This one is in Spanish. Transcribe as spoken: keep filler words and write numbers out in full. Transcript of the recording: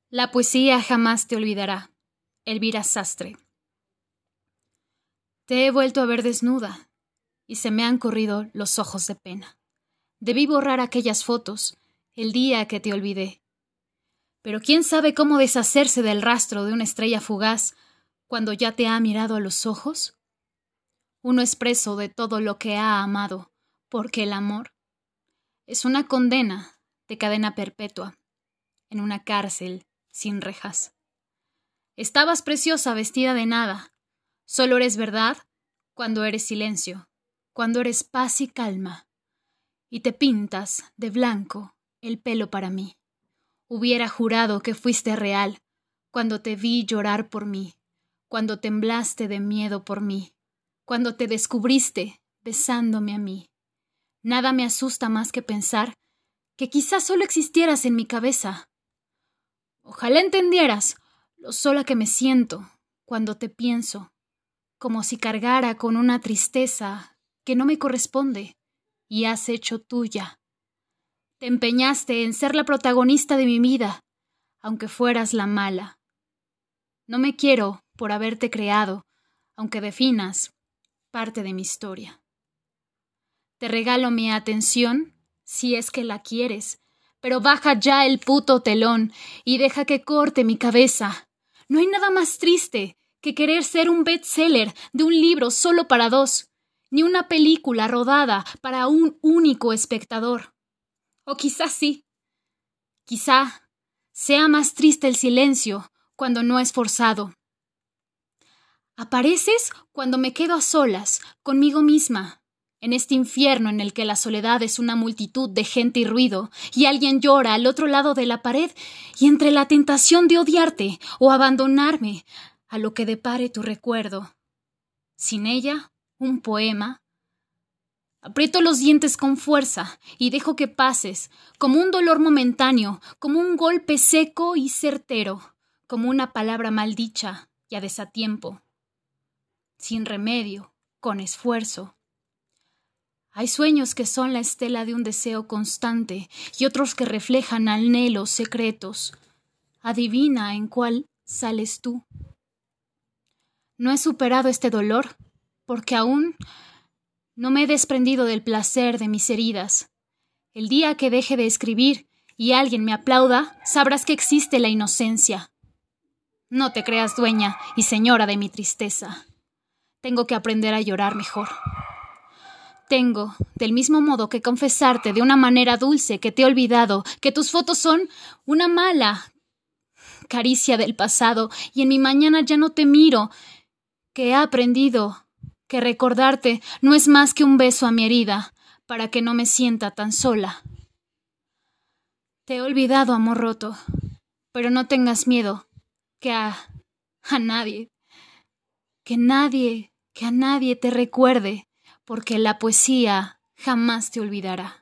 La poesía jamás te olvidará. Elvira Sastre. Te he vuelto a ver desnuda y se me han corrido los ojos de pena. Debí borrar aquellas fotos el día que te olvidé. Pero quién sabe cómo deshacerse del rastro de una estrella fugaz cuando ya te ha mirado a los ojos. Uno es preso de todo lo que ha amado, porque el amor es una condena de cadena perpetua en una cárcel sin rejas. Estabas preciosa vestida de nada. Solo eres verdad cuando eres silencio, cuando eres paz y calma. Y te pintas de blanco el pelo para mí. Hubiera jurado que fuiste real cuando te vi llorar por mí, cuando temblaste de miedo por mí, cuando te descubriste besándome a mí. Nada me asusta más que pensar que quizás solo existieras en mi cabeza. Ojalá entendieras lo sola que me siento cuando te pienso, como si cargara con una tristeza que no me corresponde y has hecho tuya. Te empeñaste en ser la protagonista de mi vida, aunque fueras la mala. No me quiero por haberte creado, aunque definas parte de mi historia. Te regalo mi atención, si es que la quieres, pero baja ya el puto telón y deja que corte mi cabeza. No hay nada más triste que querer ser un bestseller de un libro solo para dos, ni una película rodada para un único espectador. O quizás sí. Quizá sea más triste el silencio cuando no es forzado. Apareces cuando me quedo a solas conmigo misma, en este infierno en el que la soledad es una multitud de gente y ruido, y alguien llora al otro lado de la pared, y entre la tentación de odiarte o abandonarme a lo que depare tu recuerdo. Sin ella, un poema. Aprieto los dientes con fuerza y dejo que pases, como un dolor momentáneo, como un golpe seco y certero, como una palabra maldicha y a desatiempo. Sin remedio, con esfuerzo. Hay sueños que son la estela de un deseo constante y otros que reflejan anhelos secretos. Adivina en cuál sales tú. No he superado este dolor porque aún no me he desprendido del placer de mis heridas. El día que deje de escribir y alguien me aplauda, sabrás que existe la inocencia. No te creas dueña y señora de mi tristeza. Tengo que aprender a llorar mejor. Tengo, del mismo modo que confesarte de una manera dulce que te he olvidado, que tus fotos son una mala caricia del pasado y en mi mañana ya no te miro, que he aprendido que recordarte no es más que un beso a mi herida para que no me sienta tan sola. Te he olvidado, amor roto, pero no tengas miedo, que a, a nadie, que nadie, que a nadie te recuerde, porque la poesía jamás te olvidará.